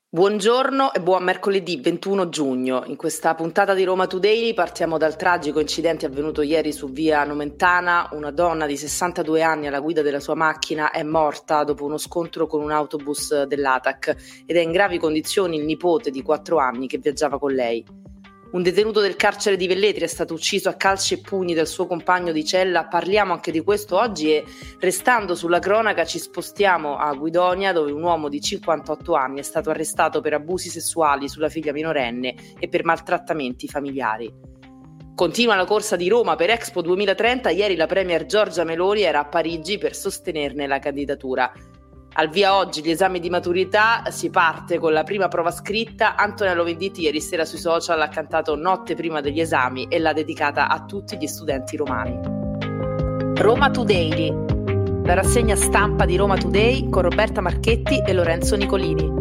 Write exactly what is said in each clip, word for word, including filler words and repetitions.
Buongiorno e buon mercoledì ventuno giugno. In questa puntata di Roma Today partiamo dal tragico incidente avvenuto ieri su via Nomentana. Una donna di sessantadue anni alla guida della sua macchina è morta dopo uno scontro con un autobus dell'A T A C ed è in gravi condizioni il nipote di quattro anni che viaggiava con lei. Un detenuto del carcere di Velletri è stato ucciso a calci e pugni dal suo compagno di cella. Parliamo anche di questo oggi e, restando sulla cronaca, ci spostiamo a Guidonia, dove un uomo di cinquantotto anni è stato arrestato per abusi sessuali sulla figlia minorenne e per maltrattamenti familiari. Continua la corsa di Roma per Expo duemilatrenta. Ieri la premier Giorgia Meloni era a Parigi per sostenerne la candidatura. Al via oggi gli esami di maturità, si parte con la prima prova scritta. Antonello Venditti ieri sera sui social ha cantato Notte prima degli esami e l'ha dedicata a tutti gli studenti romani. Roma Today, la rassegna stampa di Roma Today con Roberta Marchetti e Lorenzo Nicolini.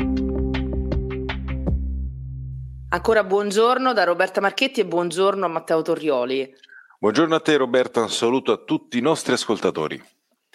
Ancora buongiorno da Roberta Marchetti e buongiorno a Matteo Torrioli. Buongiorno a te Roberta, un saluto a tutti i nostri ascoltatori.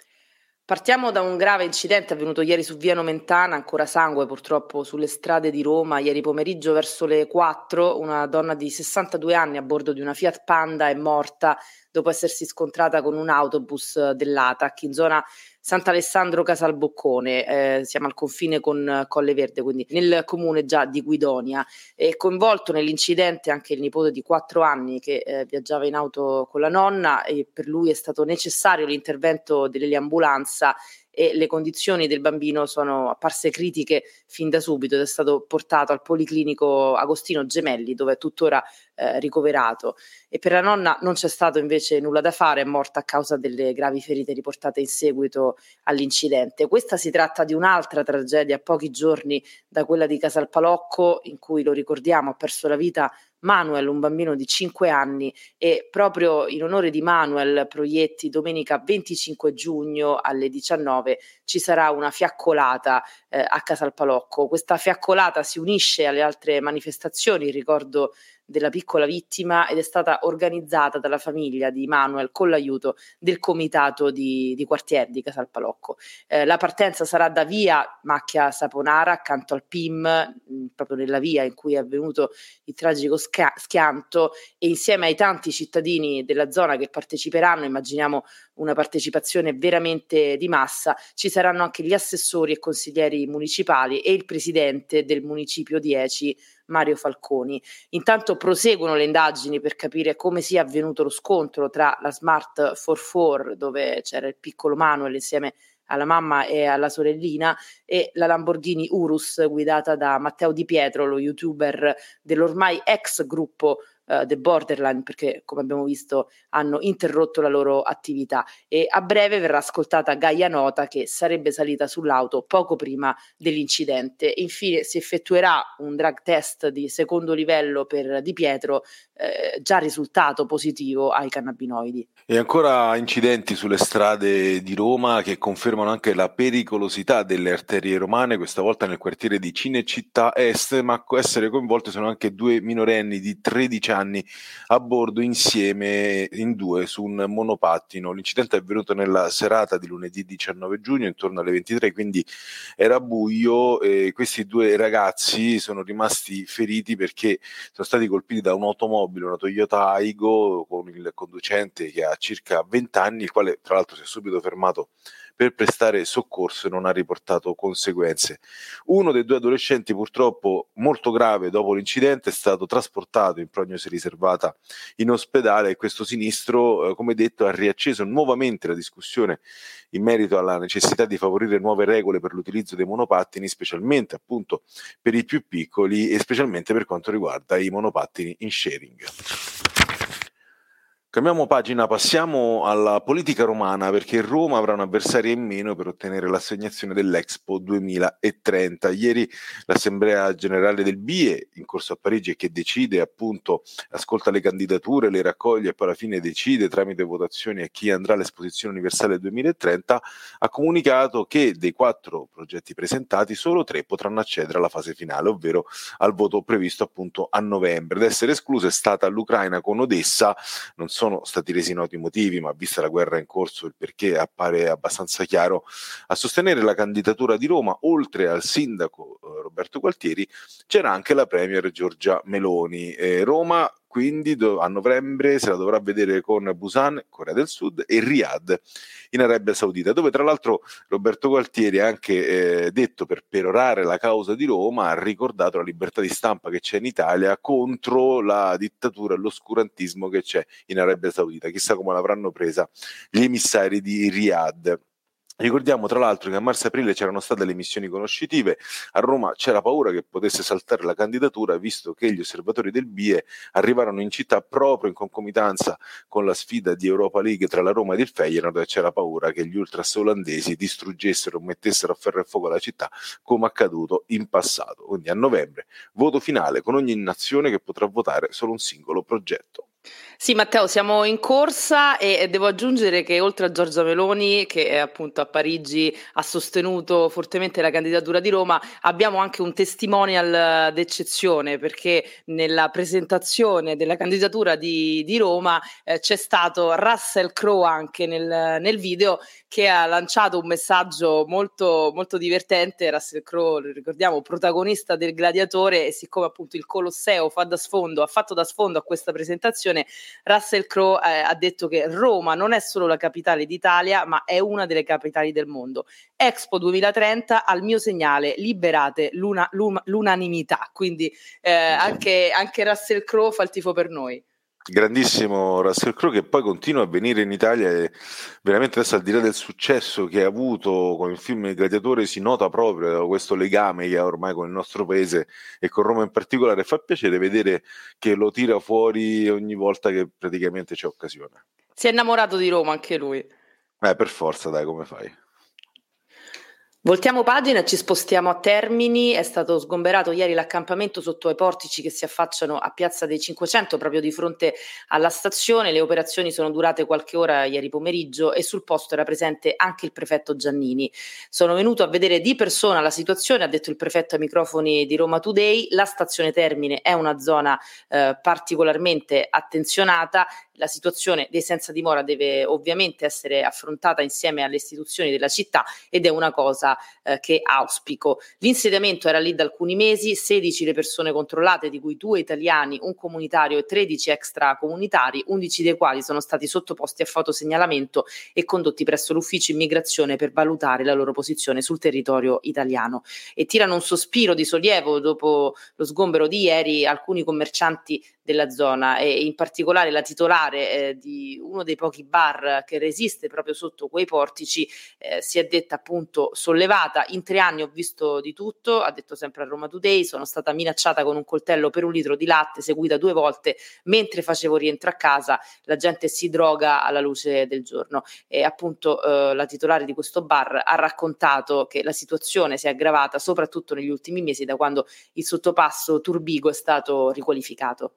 Partiamo da un grave incidente avvenuto ieri su via Nomentana, ancora sangue purtroppo sulle strade di Roma. Ieri pomeriggio verso le quattro una donna di sessantadue anni a bordo di una Fiat Panda è morta dopo essersi scontrata con un autobus dell'A T A C in zona Sant'Alessandro Casalboccone, eh, siamo al confine con Colle Verde, quindi nel comune già di Guidonia. È coinvolto nell'incidente anche il nipote di quattro anni che eh, viaggiava in auto con la nonna e per lui è stato necessario l'intervento dell'ambulanza e le condizioni del bambino sono apparse critiche fin da subito ed è stato portato al Policlinico Agostino Gemelli, dove è tuttora eh, ricoverato. E per la nonna non c'è stato invece nulla da fare, è morta a causa delle gravi ferite riportate in seguito all'incidente. Questa si tratta di un'altra tragedia a pochi giorni da quella di Casalpalocco, in cui, lo ricordiamo, ha perso la vita Manuel, un bambino di cinque anni, e proprio in onore di Manuel Proietti domenica venticinque giugno alle diciannove ci sarà una fiaccolata eh, a Casalpalocco. Questa fiaccolata si unisce alle altre manifestazioni in ricordo della piccola vittima ed è stata organizzata dalla famiglia di Manuel con l'aiuto del comitato di, di quartiere di Casalpalocco. Eh, la partenza sarà da via Macchia Saponara accanto al P I M, mh, proprio nella via in cui è avvenuto il tragico sca- schianto, e insieme ai tanti cittadini della zona che parteciperanno, immaginiamo una partecipazione veramente di massa, ci saranno anche gli assessori e consiglieri municipali e il presidente del municipio dieci, Mario Falconi. Intanto proseguono le indagini per capire come sia avvenuto lo scontro tra la Smart quarantaquattro, dove c'era il piccolo Manuel insieme alla mamma e alla sorellina, e la Lamborghini Urus guidata da Matteo Di Pietro, lo youtuber dell'ormai ex gruppo uh, The Borderline, perché come abbiamo visto hanno interrotto la loro attività. E a breve verrà ascoltata Gaia Nota, che sarebbe salita sull'auto poco prima dell'incidente. Infine si effettuerà un drug test di secondo livello per Di Pietro, eh, già risultato positivo ai cannabinoidi. E ancora incidenti sulle strade di Roma che confermano anche la pericolosità delle arterie romane, questa volta nel quartiere di Cinecittà Est, ma a essere coinvolti sono anche due minorenni di tredici anni a bordo insieme in due su un monopattino. L'incidente è avvenuto nella serata di lunedì diciannove giugno intorno alle ventitré, quindi era buio, e questi due ragazzi sono rimasti feriti perché sono stati colpiti da un'automobile, una Toyota Aygo, con il conducente che ha circa venti anni, il quale tra l'altro si è subito fermato per prestare soccorso e non ha riportato conseguenze. Uno dei due adolescenti, purtroppo molto grave dopo l'incidente, è stato trasportato in prognosi riservata in ospedale, e questo sinistro, eh, come detto, ha riacceso nuovamente la discussione in merito alla necessità di favorire nuove regole per l'utilizzo dei monopattini, specialmente appunto per i più piccoli e specialmente per quanto riguarda i monopattini in sharing. Cambiamo pagina, passiamo alla politica romana, perché Roma avrà un avversario in meno per ottenere l'assegnazione dell'Expo duemilatrenta. Ieri l'Assemblea Generale del B I E, in corso a Parigi, e che decide appunto, ascolta le candidature, le raccoglie e poi alla fine decide tramite votazioni a chi andrà all'Esposizione Universale duemilatrenta, ha comunicato che dei quattro progetti presentati solo tre potranno accedere alla fase finale, ovvero al voto previsto appunto a novembre. Ad essere esclusa è stata l'Ucraina con Odessa. Non sono stati resi noti i motivi, ma vista la guerra in corso il perché appare abbastanza chiaro. A sostenere la candidatura di Roma, oltre al sindaco eh, Roberto Gualtieri, c'era anche la premier Giorgia Meloni. Eh, Roma quindi do- a novembre se la dovrà vedere con Busan, Corea del Sud, e Riyadh in Arabia Saudita, dove tra l'altro Roberto Gualtieri ha anche eh, detto, per perorare la causa di Roma, ha ricordato la libertà di stampa che c'è in Italia contro la dittatura e l'oscurantismo che c'è in Arabia Saudita. Chissà come l'avranno presa gli emissari di Riyadh. Ricordiamo tra l'altro che a marzo-aprile c'erano state le missioni conoscitive, a Roma c'era paura che potesse saltare la candidatura, visto che gli osservatori del B I E arrivarono in città proprio in concomitanza con la sfida di Europa League tra la Roma ed il Feyenoord, e c'era paura che gli ultras olandesi distruggessero o mettessero a ferro e fuoco la città, come accaduto in passato. Quindi a novembre, voto finale con ogni nazione che potrà votare solo un singolo progetto. Sì, Matteo, siamo in corsa e devo aggiungere che oltre a Giorgia Meloni, che appunto a Parigi ha sostenuto fortemente la candidatura di Roma, abbiamo anche un testimonial d'eccezione, perché nella presentazione della candidatura di, di Roma eh, c'è stato Russell Crowe anche nel, nel video, che ha lanciato un messaggio molto, molto divertente. Russell Crowe, lo ricordiamo, protagonista del Gladiatore, e siccome appunto il Colosseo fa da sfondo, ha fatto da sfondo a questa presentazione, Russell Crowe eh, ha detto che Roma non è solo la capitale d'Italia, ma è una delle capitali del mondo. Expo duemilatrenta, al mio segnale, liberate l'una, l'um, l'unanimità. Quindi eh, anche, anche Russell Crowe fa il tifo per noi. Grandissimo Russell Crowe, che poi continua a venire in Italia, e veramente adesso, al di là del successo che ha avuto con il film Il Gladiatore, si nota proprio questo legame che ha ormai con il nostro paese e con Roma in particolare. Fa piacere vedere che lo tira fuori ogni volta che praticamente c'è occasione. Si è innamorato di Roma anche lui. Eh, per forza, dai, come fai? Voltiamo pagina e ci spostiamo a Termini. È stato sgomberato ieri l'accampamento sotto ai portici che si affacciano a Piazza dei Cinquecento, proprio di fronte alla stazione. Le operazioni sono durate qualche ora ieri pomeriggio e sul posto era presente anche il prefetto Giannini. Sono venuto a vedere di persona la situazione, ha detto il prefetto ai microfoni di Roma Today. La stazione Termine è una zona eh, particolarmente attenzionata. La situazione dei senza dimora deve ovviamente essere affrontata insieme alle istituzioni della città, ed è una cosa eh, che auspico. L'insediamento era lì da alcuni mesi, sedici le persone controllate, di cui due italiani, un comunitario e tredici extracomunitari, undici dei quali sono stati sottoposti a fotosegnalamento e condotti presso l'ufficio immigrazione per valutare la loro posizione sul territorio italiano. E tirano un sospiro di sollievo dopo lo sgombero di ieri alcuni commercianti della zona, e in particolare la titolare eh, di uno dei pochi bar che resiste proprio sotto quei portici. Eh, si è detta appunto sollevata: in tre anni ho visto di tutto, ha detto sempre a Roma Today, sono stata minacciata con un coltello per un litro di latte, seguita due volte mentre facevo rientro a casa, la gente si droga alla luce del giorno. E appunto eh, la titolare di questo bar ha raccontato che la situazione si è aggravata soprattutto negli ultimi mesi, da quando il sottopasso Turbigo è stato riqualificato.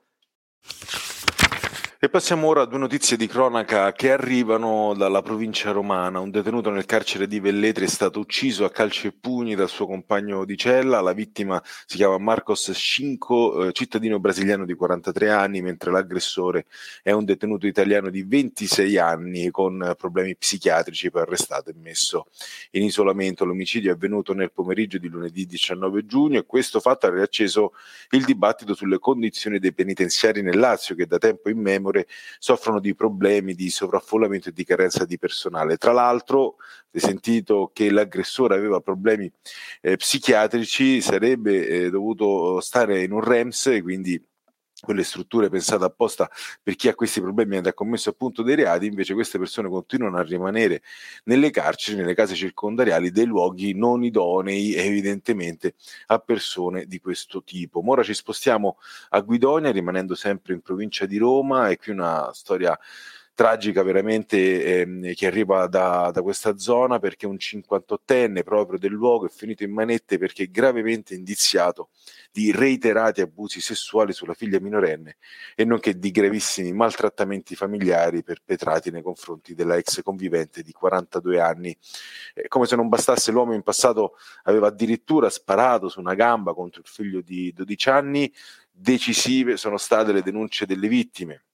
E passiamo ora a due notizie di cronaca che arrivano dalla provincia romana. Un detenuto nel carcere di Velletri è stato ucciso a calci e pugni dal suo compagno di cella. La vittima si chiama Marcos Cinco, eh, cittadino brasiliano di quarantatré anni, mentre l'aggressore è un detenuto italiano di ventisei anni con problemi psichiatrici, poi arrestato e messo in isolamento. L'omicidio è avvenuto nel pomeriggio di lunedì diciannove giugno, e questo fatto ha riacceso il dibattito sulle condizioni dei penitenziari nel Lazio, che da tempo immemore soffrono di problemi di sovraffollamento e di carenza di personale. Tra l'altro, avete sentito che l'aggressore aveva problemi eh, psichiatrici, sarebbe eh, dovuto stare in un R E M S, quindi quelle strutture pensate apposta per chi ha questi problemi ed ha commesso appunto dei reati. Invece queste persone continuano a rimanere nelle carceri, nelle case circondariali, dei luoghi non idonei evidentemente a persone di questo tipo. Ma ora ci spostiamo a Guidonia, rimanendo sempre in provincia di Roma, e qui una storia tragica veramente ehm, che arriva da, da questa zona, perché un cinquantottenne proprio del luogo è finito in manette perché gravemente indiziato di reiterati abusi sessuali sulla figlia minorenne, e nonché di gravissimi maltrattamenti familiari perpetrati nei confronti della ex convivente di quarantadue anni. Eh, come se non bastasse, l'uomo in passato aveva addirittura sparato su una gamba contro il figlio di dodici anni. Decisive sono state le denunce delle vittime,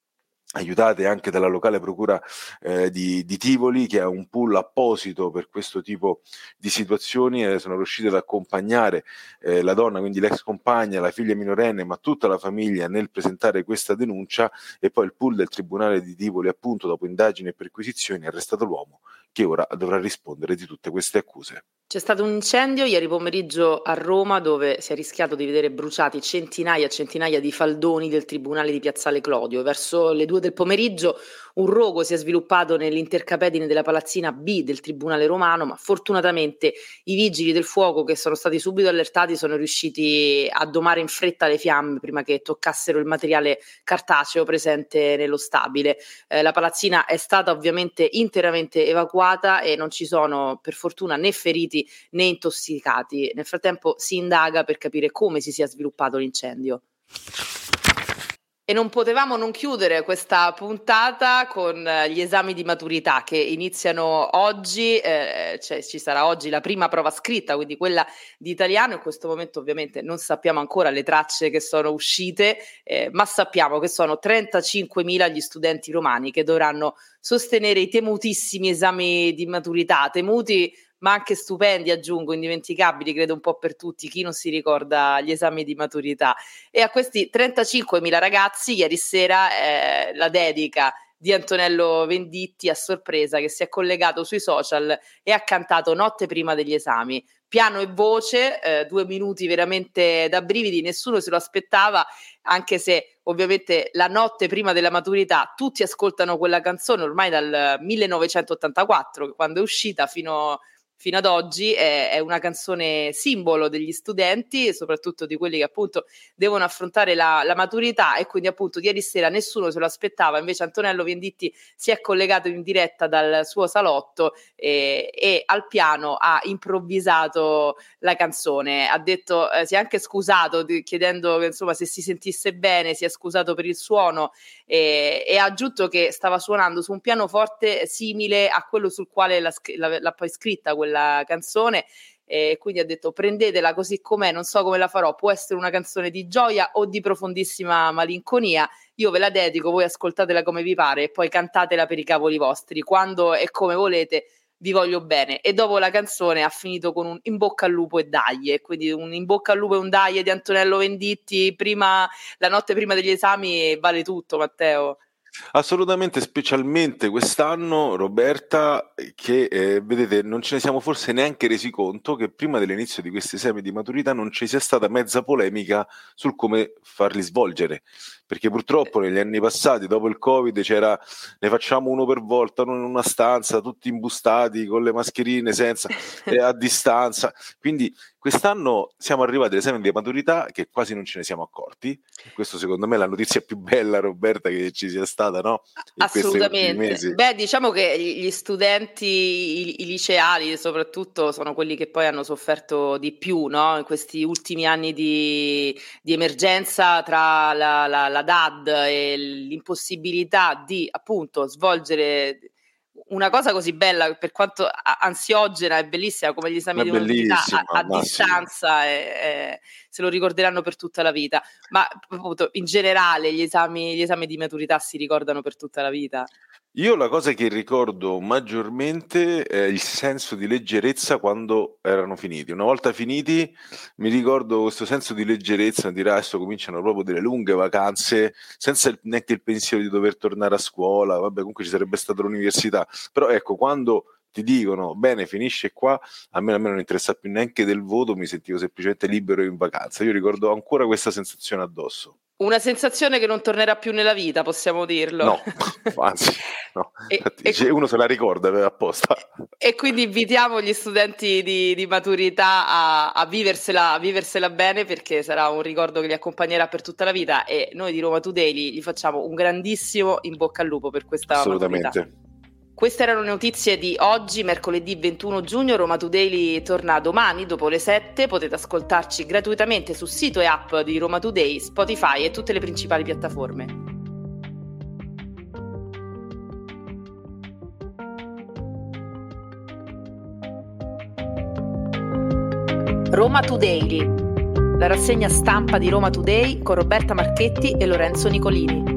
aiutate anche dalla locale procura eh, di, di Tivoli, che ha un pool apposito per questo tipo di situazioni, e sono riusciti ad accompagnare eh, la donna, quindi l'ex compagna, la figlia minorenne, ma tutta la famiglia nel presentare questa denuncia, e poi il pool del Tribunale di Tivoli, appunto, dopo indagini e perquisizioni, ha arrestato l'uomo che ora dovrà rispondere di tutte queste accuse. C'è stato un incendio ieri pomeriggio a Roma, dove si è rischiato di vedere bruciati centinaia e centinaia di faldoni del Tribunale di Piazzale Clodio. Verso le due del pomeriggio un rogo si è sviluppato nell'intercapedine della palazzina B del Tribunale romano, ma fortunatamente i vigili del fuoco, che sono stati subito allertati, sono riusciti a domare in fretta le fiamme prima che toccassero il materiale cartaceo presente nello stabile. Eh, la palazzina è stata ovviamente interamente evacuata e non ci sono, per fortuna, né feriti né intossicati. Nel frattempo si indaga per capire come si sia sviluppato l'incendio. E non potevamo non chiudere questa puntata con gli esami di maturità che iniziano oggi, eh, cioè ci sarà oggi la prima prova scritta, quindi quella di italiano. In questo momento ovviamente non sappiamo ancora le tracce che sono uscite, eh, ma sappiamo che sono trentacinquemila gli studenti romani che dovranno sostenere i temutissimi esami di maturità, temuti ma anche stupendi, aggiungo, indimenticabili, credo un po' per tutti, chi non si ricorda gli esami di maturità. E a questi trentacinquemila ragazzi ieri sera eh, la dedica di Antonello Venditti a sorpresa, che si è collegato sui social e ha cantato notte prima degli esami. Piano e voce, eh, due minuti veramente da brividi, nessuno se lo aspettava, anche se ovviamente la notte prima della maturità tutti ascoltano quella canzone ormai dal millenovecentottantaquattro, quando è uscita, fino fino ad oggi è, è una canzone simbolo degli studenti e soprattutto di quelli che appunto devono affrontare la, la maturità, e quindi appunto ieri sera nessuno se lo aspettava, invece Antonello Venditti si è collegato in diretta dal suo salotto e, e al piano ha improvvisato la canzone, ha detto, eh, si è anche scusato di, chiedendo insomma se si sentisse bene, si è scusato per il suono e, e ha aggiunto che stava suonando su un pianoforte simile a quello sul quale l'ha, l'ha, l'ha poi scritta quella la canzone, e quindi ha detto prendetela così com'è, non so come la farò, può essere una canzone di gioia o di profondissima malinconia, io ve la dedico, voi ascoltatela come vi pare e poi cantatela per i cavoli vostri, quando e come volete, vi voglio bene. E dopo la canzone ha finito con un in bocca al lupo e dai, e quindi un in bocca al lupo e un dai di Antonello Venditti prima, la notte prima degli esami, vale tutto, Matteo. Assolutamente, specialmente quest'anno, Roberta, che eh, vedete, non ce ne siamo forse neanche resi conto che prima dell'inizio di questi esami di maturità non ci sia stata mezza polemica sul come farli svolgere, perché purtroppo negli anni passati, dopo il Covid, c'era ne facciamo uno per volta, uno in una stanza, tutti imbustati con le mascherine, senza eh, a distanza, quindi quest'anno siamo arrivati all'esame di maturità che quasi non ce ne siamo accorti. Questo secondo me è la notizia più bella, Roberta, che ci sia stata, no? In assolutamente. Beh, diciamo che gli studenti, i, i liceali soprattutto, sono quelli che poi hanno sofferto di più, no? In questi ultimi anni di, di emergenza, tra la, la, la D A D e l'impossibilità di appunto svolgere una cosa così bella, per quanto ansiogena e bellissima come gli esami di maturità a, a distanza, e, e, se lo ricorderanno per tutta la vita, ma appunto in generale gli esami, gli esami di maturità si ricordano per tutta la vita. Io la cosa che ricordo maggiormente è il senso di leggerezza quando erano finiti. Una volta finiti mi ricordo questo senso di leggerezza, dire adesso cominciano proprio delle lunghe vacanze, senza il, neanche il pensiero di dover tornare a scuola, vabbè comunque ci sarebbe stata l'università, però ecco quando ti dicono bene finisce qua, a me, a me non interessa più neanche del voto, mi sentivo semplicemente libero in vacanza. Io ricordo ancora questa sensazione addosso. Una sensazione che non tornerà più nella vita, possiamo dirlo. No, anzi, no. E, Infatti, e, uno se la ricorda apposta. E quindi invitiamo gli studenti di, di maturità a, a, viversela, a viversela bene, perché sarà un ricordo che li accompagnerà per tutta la vita, e noi di Roma Today gli, gli facciamo un grandissimo in bocca al lupo per questa Assolutamente. maturità. Queste erano le notizie di oggi, mercoledì ventuno giugno. Roma Today torna domani dopo le sette. Potete ascoltarci gratuitamente sul sito e app di Roma Today, Spotify e tutte le principali piattaforme. Roma Today, la rassegna stampa di Roma Today con Roberta Marchetti e Lorenzo Nicolini.